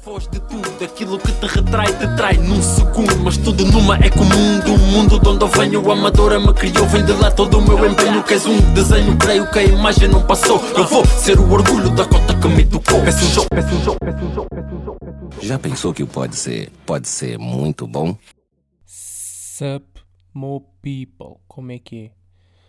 Foz de tudo, aquilo que te retrai, te trai num segundo. Mas tudo numa é comum do mundo de onde eu venho. A amadora me criou, vem de lá todo o meu empenho. Queres um desenho, creio que a imagem não passou. Eu vou ser o orgulho da cota que me tocou. Peço um jogo, peço um jogo, peço um jogo, peço um jogo, peço um jogo. Já pensou que pode ser muito bom? Sup, mo people, como é que é?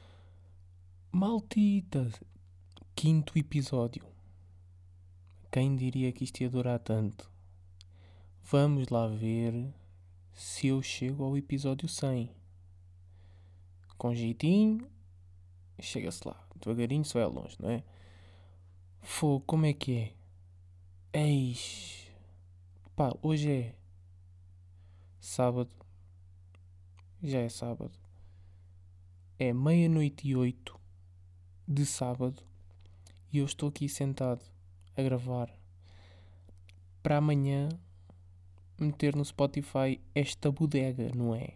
Maltita, quinto episódio. Quem diria que isto ia durar tanto? Vamos lá ver se eu chego ao episódio 100. Com jeitinho, chega-se lá. Devagarinho se vai longe, não é? Fogo, como é que é? Eis. Pá, hoje é sábado. Já é sábado. É 00:08 de sábado. E eu estou aqui sentado a gravar para amanhã meter no Spotify esta bodega, não é?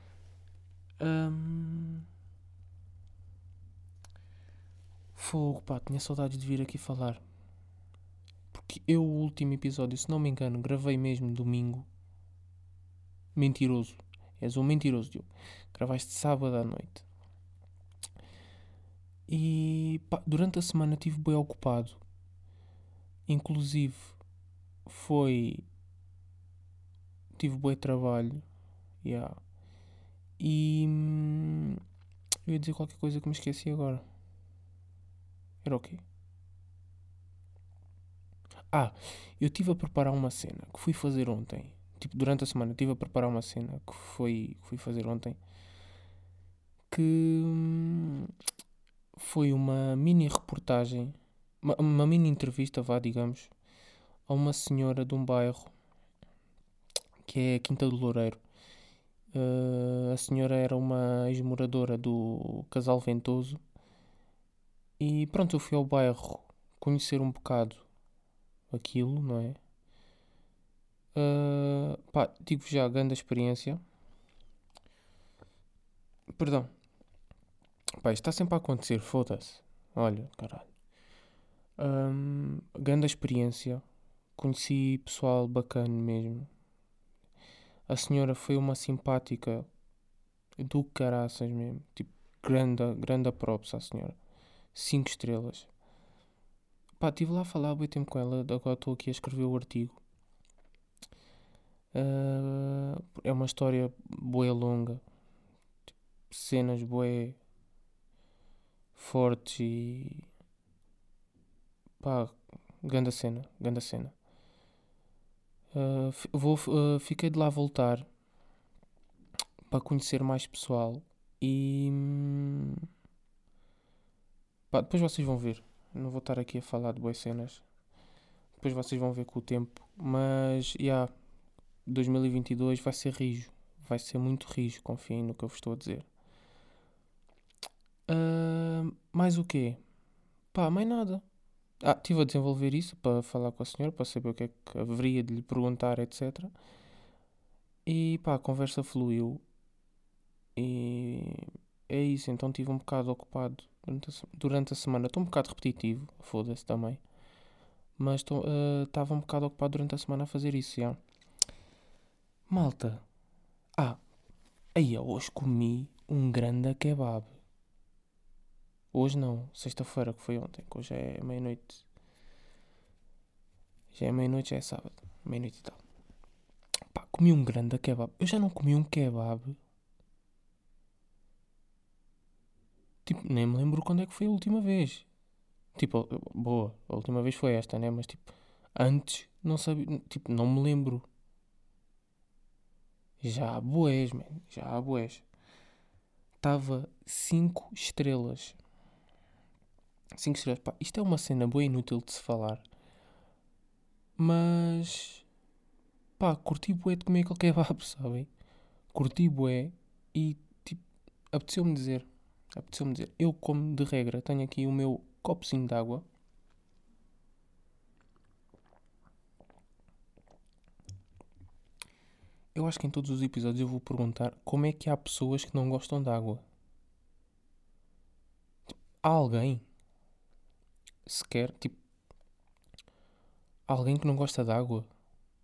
Fogo, pá, tinha saudades de vir aqui falar. Porque eu, o último episódio, se não me engano, gravei mesmo domingo. Mentiroso. És um mentiroso, Diogo. Gravaste sábado à noite. E, pá, durante a semana estive bem ocupado. Inclusive, tive bem trabalho. Yeah. E eu ia dizer qualquer coisa que me esqueci agora. Era o quê? Eu estive a preparar uma cena que fui fazer ontem. Tipo, durante a semana estive a preparar uma cena que fui fazer ontem. Que foi uma mini reportagem, uma mini entrevista, vá, digamos, a uma senhora de um bairro que é a Quinta do Loureiro. A senhora era uma ex-moradora do Casal Ventoso. E pronto, eu fui ao bairro conhecer um bocado aquilo, não é? Pá, digo já, grande experiência. Perdão. Pá, isto está sempre a acontecer, foda-se. Olha, caralho. Grande experiência. Conheci pessoal bacana mesmo. A senhora foi uma simpática do caraças mesmo. Tipo, grande props à senhora. 5 estrelas. Pá, estive lá a falar há bem tempo com ela. Agora estou aqui a escrever o artigo. É uma história bué longa. Tipo, cenas bué fortes e... Pá, grande cena. Fiquei de lá voltar para conhecer mais pessoal e pá, depois vocês vão ver. Não vou estar aqui a falar de boas cenas. Depois vocês vão ver com o tempo. Mas, 2022 vai ser rijo. Vai ser muito rijo, confiem no que eu vos estou a dizer. Mais o quê? Pá, mais nada. Estive a desenvolver isso para falar com a senhora, para saber o que é que haveria de lhe perguntar, etc. E pá, a conversa fluiu. E é isso, então estive um bocado ocupado durante a semana. Estou um bocado repetitivo, foda-se também. Mas estava um bocado ocupado durante a semana a fazer isso, já. Malta. Aí eu hoje comi um grande kebab. Hoje não, sexta-feira que foi ontem, que hoje é meia-noite. Já é meia-noite, já é sábado. Meia-noite e tal. Pá, comi um grande kebab. Eu já não comi um kebab. Tipo, nem me lembro quando é que foi a última vez. Tipo, boa, a última vez foi esta, né? Mas tipo, antes não sabia, tipo, não me lembro. Já há bués, man, já há bués. Estava 5 estrelas. 5 estrelas, pá, isto é uma cena boa e inútil de se falar. Mas, pá, curti bué de comer aquele kebab, sabem? Curti bué e, tipo, apeteceu-me dizer. Eu, como de regra, tenho aqui o meu copozinho de água. Eu acho que em todos os episódios eu vou perguntar como é que há pessoas que não gostam de água. Há alguém sequer, tipo, alguém que não gosta de água?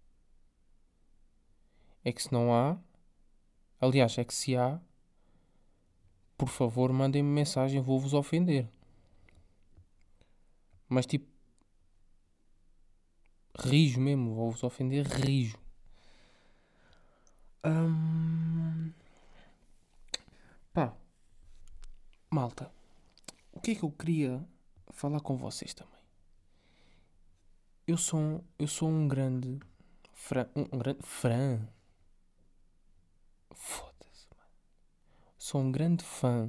É que se não há, aliás, é que se há, por favor, mandem-me mensagem, vou-vos ofender. Mas tipo, rijo mesmo, vou-vos ofender, rijo. Pá, malta, o que é que eu queria falar com vocês também? Eu sou um grande um grande fã. Foda-se, mano. Sou um grande fã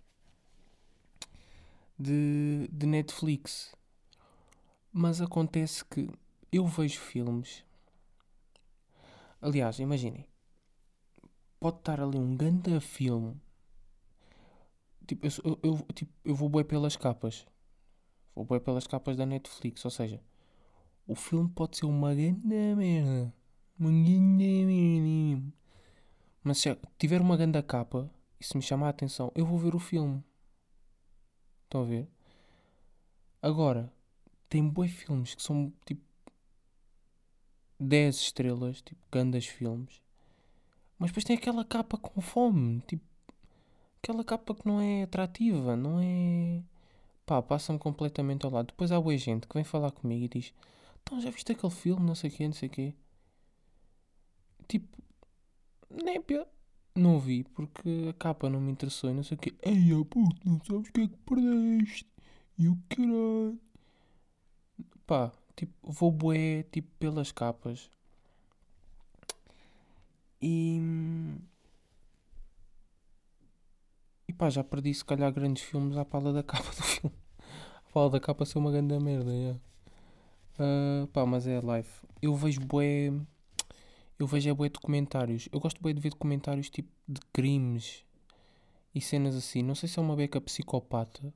de Netflix. Mas acontece que eu vejo filmes. Aliás, imaginem, pode estar ali um grande filme. Tipo, eu vou bué pelas capas. Vou bué pelas capas da Netflix. Ou seja, o filme pode ser uma grande merda. Uma grande merda. Mas se tiver uma grande capa e se me chamar a atenção, eu vou ver o filme. Estão a ver? Agora, tem bué filmes que são tipo 10 estrelas, tipo grandes filmes. Mas depois tem aquela capa com fome, tipo, aquela capa que não é atrativa, não é... Pá, passa-me completamente ao lado. Depois há boa gente que vem falar comigo e diz: então já viste aquele filme, não sei o quê, não sei o quê. Tipo, népia, não vi, porque a capa não me interessou e não sei o quê. Ei, puto, não sabes o que é que perdeste? E o caralho. Pá, tipo, vou bué, tipo, pelas capas. E... E pá, já perdi se calhar grandes filmes à pala da capa do filme. A pala da capa ser uma grande merda, yeah. Pá, mas é live. Eu vejo bué... Eu vejo é bué documentários. Eu gosto bué de ver documentários tipo de crimes e cenas assim. Não sei se é uma beca psicopata.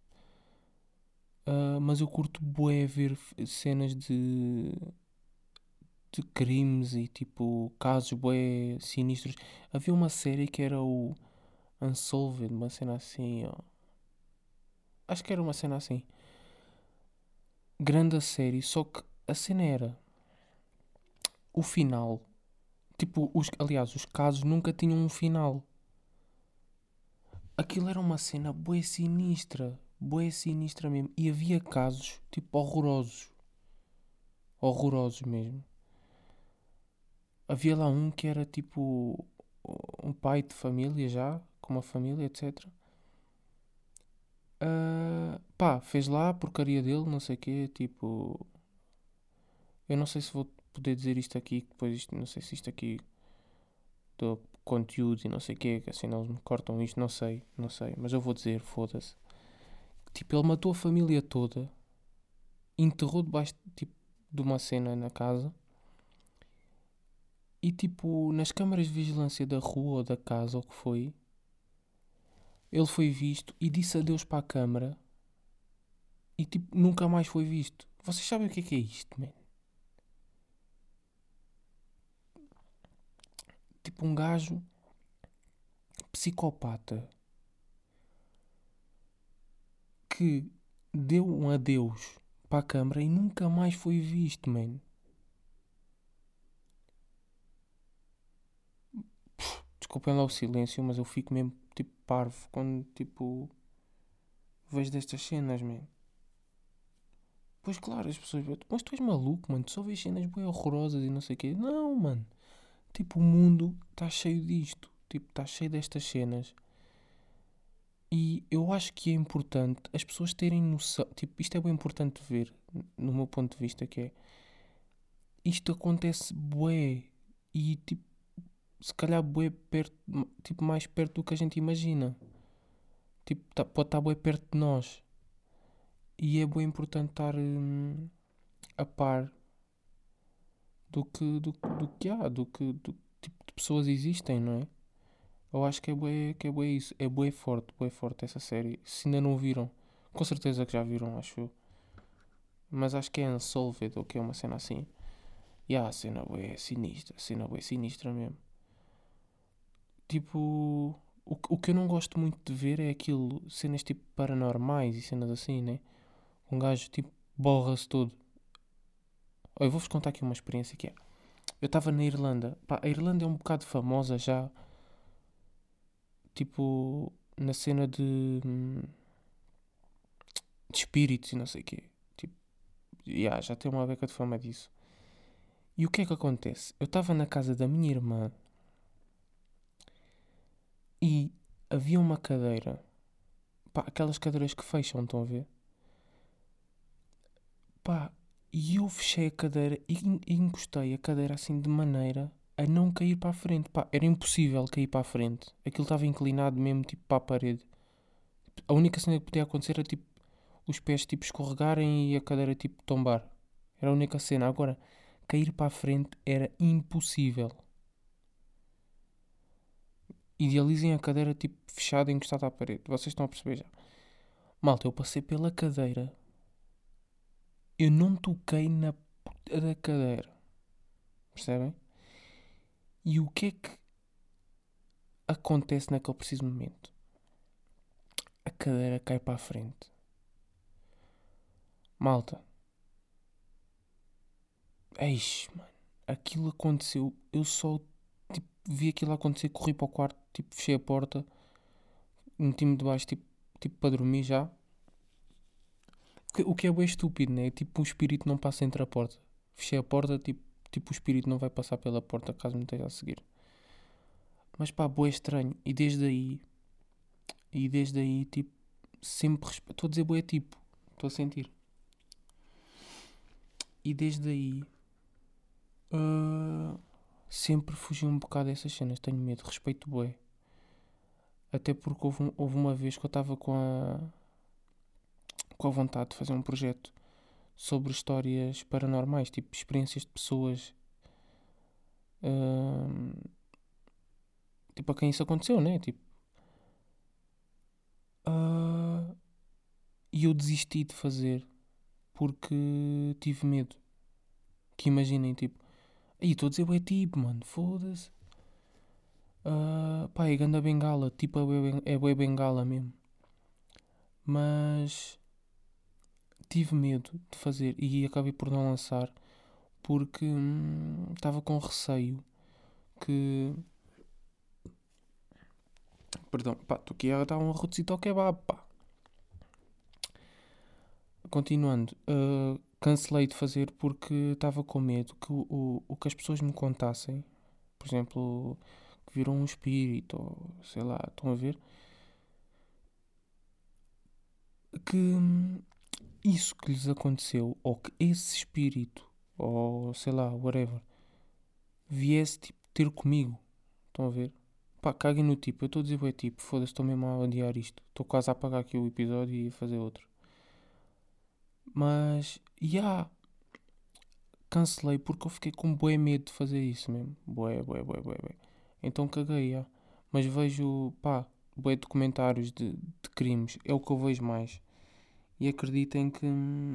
Mas eu curto bué ver cenas de crimes e tipo casos bué sinistros. Havia uma série que era o Unsolved, uma cena assim, ó. Acho que era uma cena assim. Grande a série, só que a cena era o final. Tipo, aliás, os casos nunca tinham um final. Aquilo era uma cena bué sinistra mesmo. E havia casos, tipo, horrorosos. Horrorosos mesmo. Havia lá um que era tipo um pai de família já, com uma família, etc. Pá, fez lá a porcaria dele, não sei o quê, tipo... Eu não sei se vou poder dizer isto aqui, depois isto, não sei se isto aqui do conteúdo e não sei o quê, que assim eles me cortam isto, não sei, mas eu vou dizer, foda-se. Tipo, ele matou a família toda, enterrou debaixo tipo, de uma cena na casa e tipo, nas câmaras de vigilância da rua ou da casa, ou o que foi, ele foi visto e disse adeus para a câmara e tipo, nunca mais foi visto. Vocês sabem o que é isto, man? Tipo, um gajo psicopata que deu um adeus para a câmara e nunca mais foi visto, man. Desculpem lá o silêncio, mas eu fico mesmo tipo parvo quando tipo vejo destas cenas, man. Pois claro, as pessoas, mas tu és maluco, mano, tu só vês cenas bem horrorosas e não sei o quê. Não, mano. Tipo, o mundo está cheio disto. Tipo, está cheio destas cenas. E eu acho que é importante as pessoas terem noção. Tipo, isto é bem importante ver, no meu ponto de vista, que é... Isto acontece bué. E, tipo, se calhar bué perto... Tipo, mais perto do que a gente imagina. Tipo, pode estar bué perto de nós. E é bué importante estar a par do que há. Do tipo de pessoas existem, não é? Eu acho que é bué isso. É bué forte essa série. Se ainda não viram, com certeza que já viram, acho eu. Mas acho que é Unsolved ou que é uma cena assim. E a cena bué sinistra mesmo. Tipo, o que eu não gosto muito de ver é aquilo, cenas tipo paranormais e cenas assim, né? Um gajo tipo borra-se todo. Olha, eu vou-vos contar aqui uma experiência que é. Eu estava na Irlanda. Pá, a Irlanda é um bocado famosa já. Tipo, na cena de espíritos e não sei o quê. Tipo, já tem uma beca de fama disso. E o que é que acontece? Eu estava na casa da minha irmã e havia uma cadeira. Pá, aquelas cadeiras que fecham, estão a ver? Pá, e eu fechei a cadeira e encostei a cadeira assim de maneira a não cair para a frente. Pá, era impossível cair para a frente. Aquilo estava inclinado mesmo, tipo, para a parede. A única cena que podia acontecer era, tipo, os pés, tipo, escorregarem e a cadeira, tipo, tombar. Era a única cena. Agora, cair para a frente era impossível. Idealizem a cadeira, tipo, fechada, encostada à parede. Vocês estão a perceber já. Malta, eu passei pela cadeira. Eu não toquei na puta da cadeira. Percebem? E o que é que acontece naquele preciso momento? A cadeira cai para a frente. Malta. Eixe, mano. Aquilo aconteceu. Eu só, tipo, vi aquilo acontecer, corri para o quarto, tipo, fechei a porta, meti-me debaixo, tipo para dormir já. O que é bem estúpido, né? Tipo, o espírito não passa entre a porta. Fechei a porta, tipo o espírito não vai passar pela porta caso me esteja a seguir. Mas pá, bué estranho. E desde aí, tipo, sempre respeito. Estou a dizer bué tipo. Estou a sentir. E desde aí, sempre fugi um bocado dessas cenas. Tenho medo, respeito bué. Até porque houve uma vez que eu estava com a vontade de fazer um projeto sobre histórias paranormais, tipo experiências de pessoas, ah, tipo a quem isso aconteceu, né? Tipo, ah, e eu desisti de fazer porque tive medo. Que imaginem, tipo, aí estou a dizer, é tipo, mano, foda-se. Pá, é ganda bengala, tipo, é bué bengala mesmo. Mas tive medo de fazer e acabei por não lançar porque estava com receio que. Perdão, pá, estou aqui a dar um arrotezito ao kebab, pá. Continuando, cancelei de fazer porque estava com medo que o que as pessoas me contassem, por exemplo, que viram um espírito, ou sei lá, estão a ver, que isso que lhes aconteceu, ou que esse espírito, ou sei lá, whatever, viesse tipo ter comigo, estão a ver? Pá, caguem no tipo, eu estou a dizer é tipo, foda-se, estou mesmo a odiar isto, estou quase a apagar aqui o episódio e fazer outro. Mas, cancelei porque eu fiquei com bué medo de fazer isso mesmo. Bué, bué, bué, bué, bué. Então caguei, Mas vejo, pá, bué documentários de crimes. É o que eu vejo mais. E acreditem que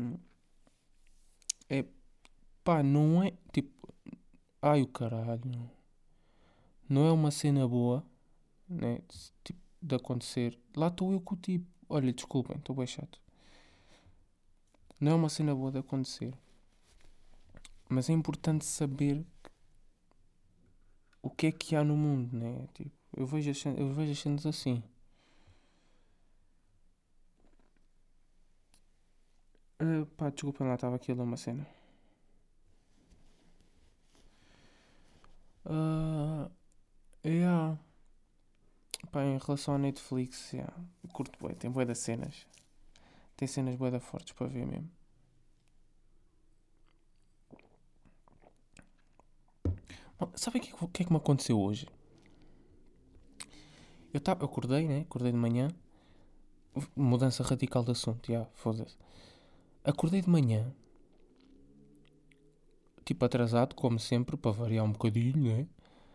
é, pá, não é, tipo, ai o caralho. Não é uma cena boa, né, tipo, de acontecer. Lá estou eu com o tipo. Olha, desculpem, estou bem chato. Não é uma cena boa de acontecer. Mas é importante saber o que é que há no mundo, né? Tipo, eu vejo as cenas assim. Pá, desculpem lá, estava aqui a ler uma cena. Yeah. Pá, em relação à Netflix, yeah, curto bué, tem bué das cenas. Tem cenas bué da fortes para ver mesmo. Sabe o que é que me aconteceu hoje? Eu acordei, né? Acordei de manhã. Mudança radical de assunto, foda-se. Acordei de manhã. Tipo atrasado, como sempre, para variar um bocadinho, né?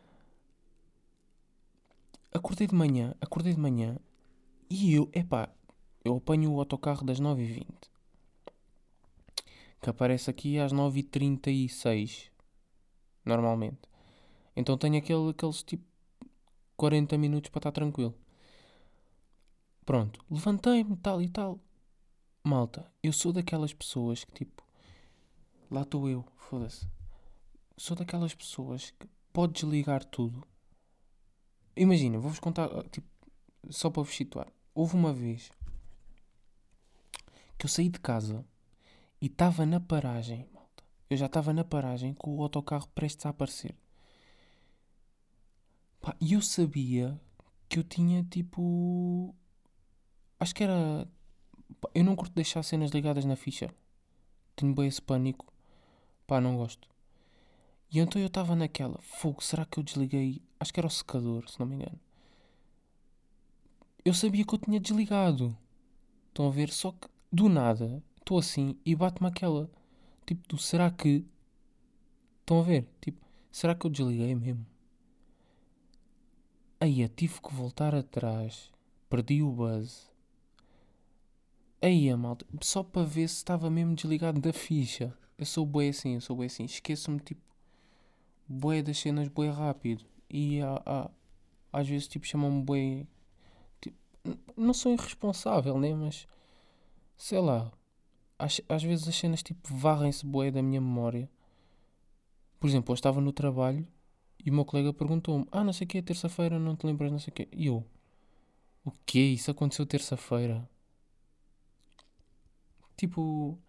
Acordei de manhã. E eu apanho o autocarro das 9h20. Que aparece aqui às 9h36. Normalmente. Então tenho aqueles tipo 40 minutos para estar tranquilo. Pronto, levantei-me, tal e tal. Malta, eu sou daquelas pessoas que tipo, lá estou eu, foda-se. sou daquelas pessoas que pode desligar tudo. Imagina, vou-vos contar, tipo, só para vos situar. Houve uma vez que eu saí de casa e estava na paragem, malta. Eu já estava na paragem com o autocarro prestes a aparecer. Pá, e eu sabia que eu tinha, tipo... Acho que era... Pá, eu não curto deixar cenas ligadas na ficha. Tenho bem esse pânico. Pá, não gosto. E então eu estava naquela... Fogo, será que eu desliguei? Acho que era o secador, se não me engano. Eu sabia que eu tinha desligado. Estão a ver? Só que, do nada, estou assim e bate-me aquela... Tipo, será que... Estão a ver? Tipo, será que eu desliguei mesmo? Aí eu tive que voltar atrás. Perdi o buzz. Aí, malta, só para ver se estava mesmo desligado da ficha. Eu sou bué assim. Esqueço-me, tipo, bué das cenas bué rápido. E às vezes, tipo, chamam-me bué... Tipo, não sou irresponsável, né? Mas, sei lá. Às vezes as cenas, tipo, varrem-se bué da minha memória. Por exemplo, eu estava no trabalho e o meu colega perguntou-me: não sei o que, terça-feira, não te lembras, não sei o que. E eu: o quê? Isso aconteceu terça-feira? Tipo,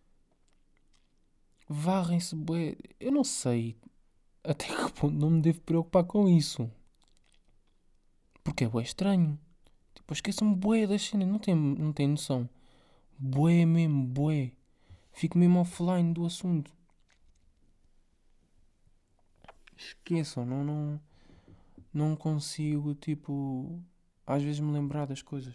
varrem-se bué. Eu não sei até que ponto não me devo preocupar com isso. Porque é bué estranho. Tipo, eu esqueço-me bué das cenas. Não tem noção. Bué mesmo, bué. Fico mesmo offline do assunto. Esqueçam, não consigo, tipo, às vezes me lembrar das coisas.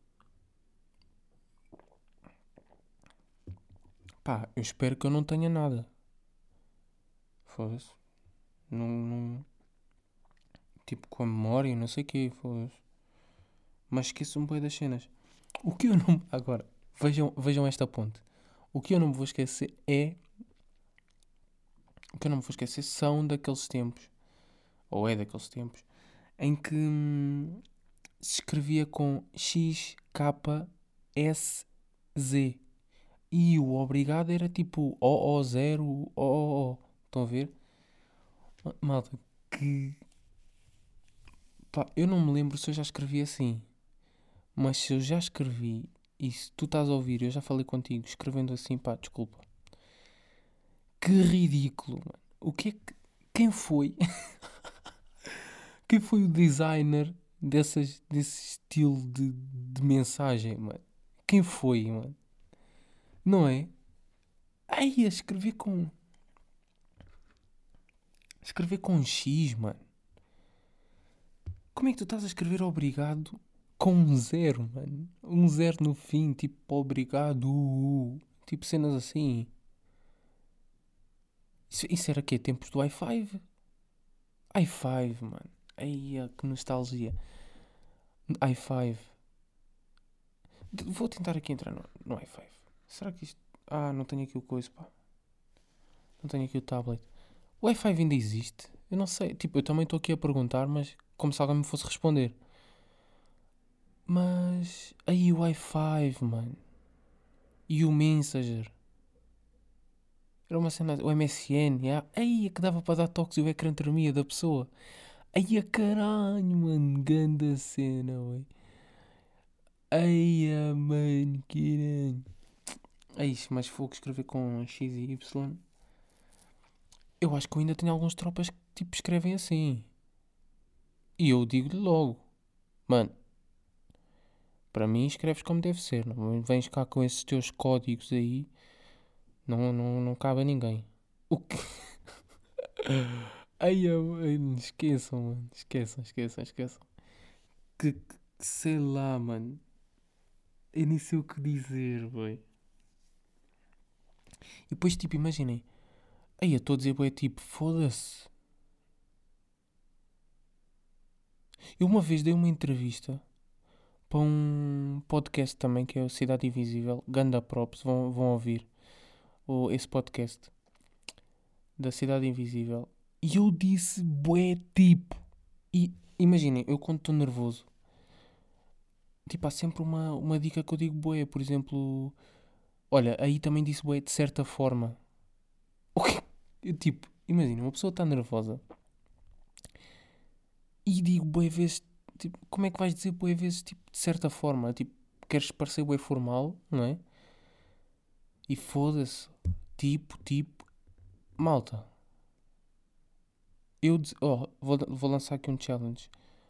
Pá, eu espero que eu não tenha nada. Foda-se. Não, tipo, com a memória, não sei o quê, foda-se. Mas esqueço-me bem das cenas. O que eu não... Agora, vejam esta ponte. O que eu não me vou esquecer é... O que eu não me vou esquecer são daqueles tempos, ou é daqueles tempos, em que se escrevia com X, K, S, Z. E o obrigado era tipo OO0, OOO. Estão a ver? Malta, que... Pá, eu não me lembro se eu já escrevi assim. Mas se eu já escrevi e se tu estás a ouvir, eu já falei contigo, escrevendo assim, pá, desculpa. Que ridículo, mano. O que é que... Quem foi? Quem foi o designer desse estilo de mensagem, mano? Quem foi, mano? Não é? Ai, a escrever com... Escrever com X, mano. Como é que tu estás a escrever obrigado com um zero, mano? Um zero no fim, tipo obrigado. Tipo cenas assim. Isso era o quê? Tempos do i5? i5, mano. Ai, que nostalgia. i5. Vou tentar aqui entrar no i5. Será que isto... não tenho aqui o coisa, pá. Não tenho aqui o tablet. O i5 ainda existe? Eu não sei. Tipo, eu também estou aqui a perguntar, mas como se alguém me fosse responder. Mas... Aí o i5, mano. E o Messenger. Era uma cena... O MSN, yeah. Aí é que dava para dar toques e o ecrã tremia da pessoa. Aí a caralho, mano. Ganda cena, ué. Ai, mano, caralho. É isso, mas vou escrever com X e Y. Eu acho que eu ainda tenho alguns tropas que tipo escrevem assim. E eu digo-lhe logo: mano, para mim escreves como deve ser. Não vens cá com esses teus códigos aí. Não cabe a ninguém. O que? Ai, esqueçam, mano. Esqueçam. Que sei lá, mano. Eu nem sei o que dizer, boy. E depois, tipo, imaginem. Aí eu estou a dizer, boy, tipo, foda-se. Eu uma vez dei uma entrevista para um podcast também que é o Cidade Invisível. Ganda Props, vão ouvir esse podcast da Cidade Invisível. E eu disse bué tipo. E imaginem, eu quando estou nervoso, tipo, há sempre uma dica que eu digo bué. Por exemplo, olha, aí também disse bué de certa forma. O que? Eu, tipo, imagina, uma pessoa está nervosa e digo bué vezes, tipo, como é que vais dizer bué vezes, tipo, de certa forma, tipo, queres parecer bué formal, não é? E foda-se, tipo, malta, vou lançar aqui um challenge.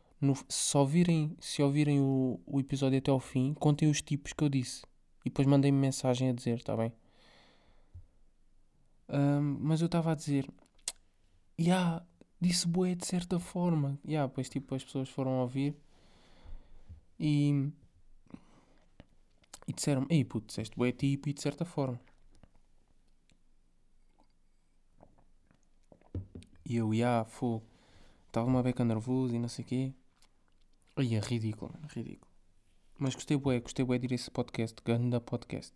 Se ouvirem o episódio até ao fim, contem os tipos que eu disse. E depois mandem-me mensagem a dizer, está bem? Mas eu estava a dizer, disse bué de certa forma. Pois tipo, as pessoas foram ouvir e disseram, ei puto, disseste bué tipo e de certa forma. E eu, fogo, estava uma beca nervoso e não sei o quê. Ai, é ridículo, mano, ridículo. Mas gostei bué de ir a esse podcast, ganda podcast.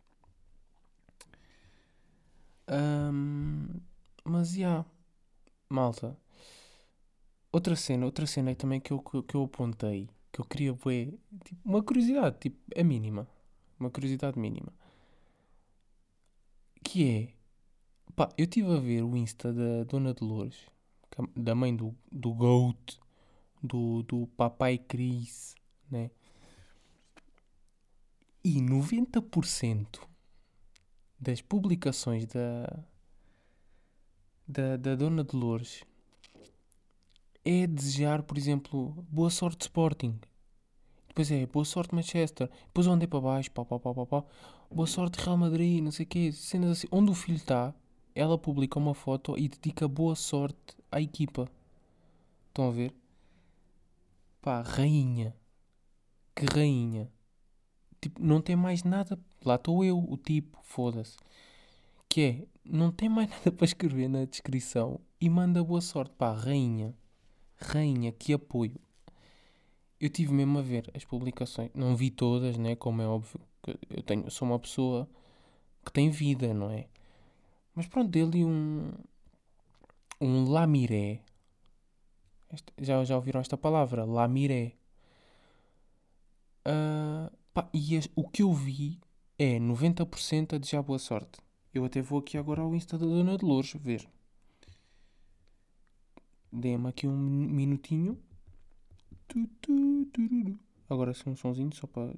Mas malta. Outra cena também que eu apontei, que eu queria bué, tipo, uma curiosidade, tipo, é mínima. Uma curiosidade mínima. Que é, pá, eu estive a ver o Insta da Dona Dolores, da mãe do Goat, do Papai Cris, né? E 90% das publicações da Dona Dolores é desejar, por exemplo, boa sorte Sporting. Depois é, boa sorte Manchester. Depois eu andei para baixo, pá. Boa sorte Real Madrid, não sei o quê. Cenas assim. Onde o filho está, ela publica uma foto e dedica boa sorte à equipa. Estão a ver? Pá, rainha. Que rainha. Tipo, não tem mais nada. Lá estou eu, o tipo, foda-se. Que é, não tem mais nada para escrever na descrição e manda boa sorte. Pá, rainha. Rainha, que apoio. Eu tive mesmo a ver as publicações. Não vi todas, né? Como é óbvio. Que sou uma pessoa que tem vida, não é? Mas pronto, dele um lamiré. Já ouviram esta palavra? Lamiré. O que eu vi é 90% a desejar boa sorte. Eu até vou aqui agora ao Insta da Dona Dolores ver. Dê-me aqui um minutinho. Agora sim um sonzinho só para...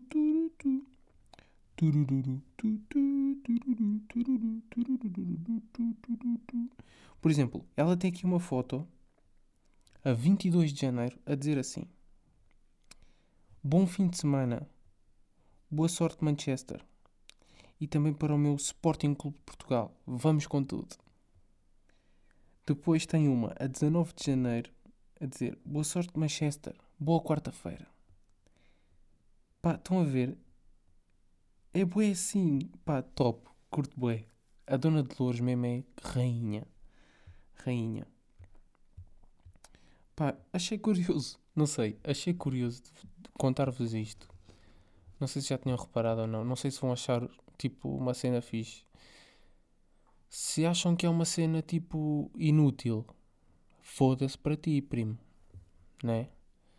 Por exemplo, ela tem aqui uma foto a 22 de janeiro a dizer assim: bom fim de semana, boa sorte Manchester e também para o meu Sporting Clube de Portugal, vamos com tudo. Depois tem uma a 19 de janeiro a dizer boa sorte Manchester, boa quarta-feira. Pá, estão a ver? É bué assim, pá, top, curto bué. A Dona Dolores mesmo é rainha. Rainha. Pá, achei curioso. Não sei, achei curioso de contar-vos isto. Não sei se já tinham reparado ou não. Não sei se vão achar, tipo, uma cena fixe. Se acham que é uma cena, tipo, inútil, foda-se para ti, primo. Né?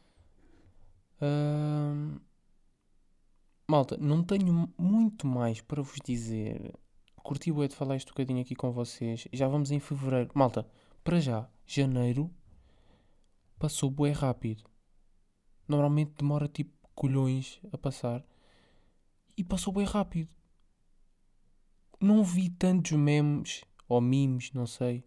Malta, não tenho muito mais para vos dizer. Curti bué de falar este bocadinho aqui com vocês. Já vamos em fevereiro. Malta, para já, janeiro passou bué rápido. Normalmente demora tipo colhões a passar. E passou bué rápido. Não vi tantos memes, ou memes, não sei.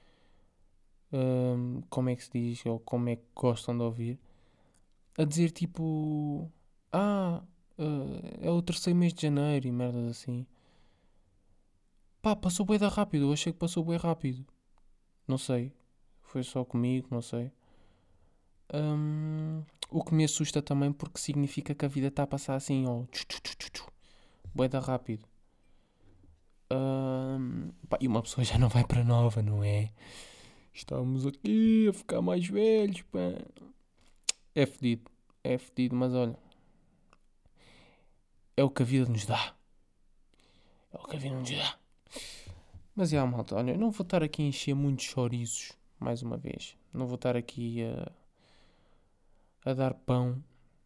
Como é que se diz, ou como é que gostam de ouvir. A dizer tipo... é o terceiro mês de janeiro e merdas assim. Pá, passou bué da rápido. Eu achei que passou bué rápido. Não sei. Foi só comigo, não sei. O que me assusta também porque significa que a vida está a passar assim, ó. Bué da rápido. Pá, e uma pessoa já não vai para nova, não é? Estamos aqui a ficar mais velhos, pá. É fedido, mas olha. É o que a vida nos dá. É o que a vida nos dá. Mas malta, olha, eu não vou estar aqui a encher muitos chouriços, mais uma vez. Não vou estar aqui a dar pão.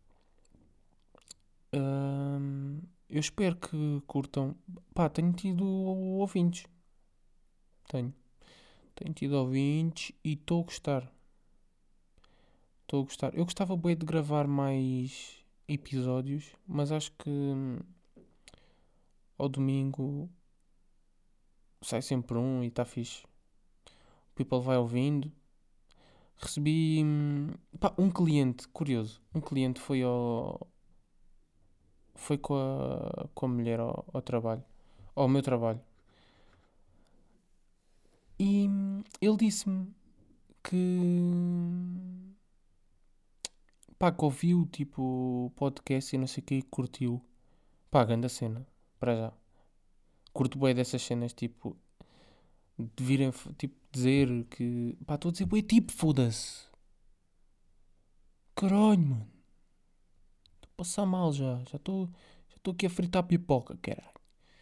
Eu espero que curtam. Pá, tenho tido ouvintes. Tenho Tenho tido ouvintes e estou a gostar. Estou a gostar. Eu gostava bem de gravar mais episódios, mas acho que ao domingo sai sempre um e está fixe. O people vai ouvindo. Recebi um cliente, curioso. Um cliente foi com a mulher ao trabalho. Ao meu trabalho. E ele disse-me que que ouviu tipo o podcast e não sei o que e curtiu. Pá, grande cena, para já. Curto bem dessas cenas, tipo, de virem tipo, dizer que. Pá, estou a dizer bué tipo, foda-se. Caralho, mano. Estou a passar mal já. Já estou aqui a fritar pipoca, caralho.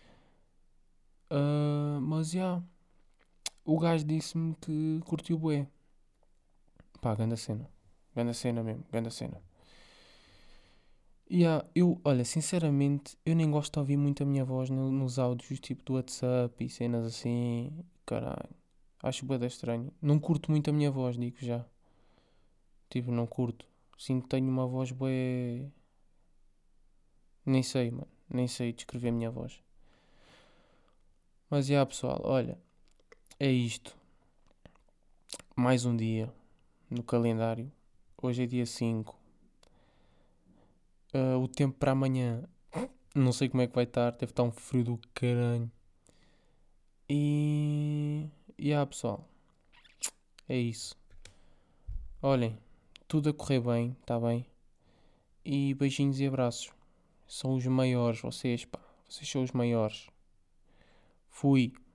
Mas já. O gajo disse-me que curtiu bué. Pá, grande cena. Grande cena mesmo, grande cena. Olha, sinceramente, eu nem gosto de ouvir muito a minha voz nos áudios, tipo do WhatsApp e cenas assim. Caralho, acho bué da estranho. Não curto muito a minha voz, digo já. Tipo, não curto. Sinto que tenho uma voz bué. Nem sei, mano. Nem sei descrever a minha voz. Mas pessoal, olha, é isto. Mais um dia no calendário. Hoje é dia 5. O tempo para amanhã. Não sei como é que vai estar. Deve estar um frio do caralho. Pessoal, é isso. Olhem, tudo a correr bem, tá bem? E beijinhos e abraços. São os maiores, vocês, pá. Vocês são os maiores. Fui.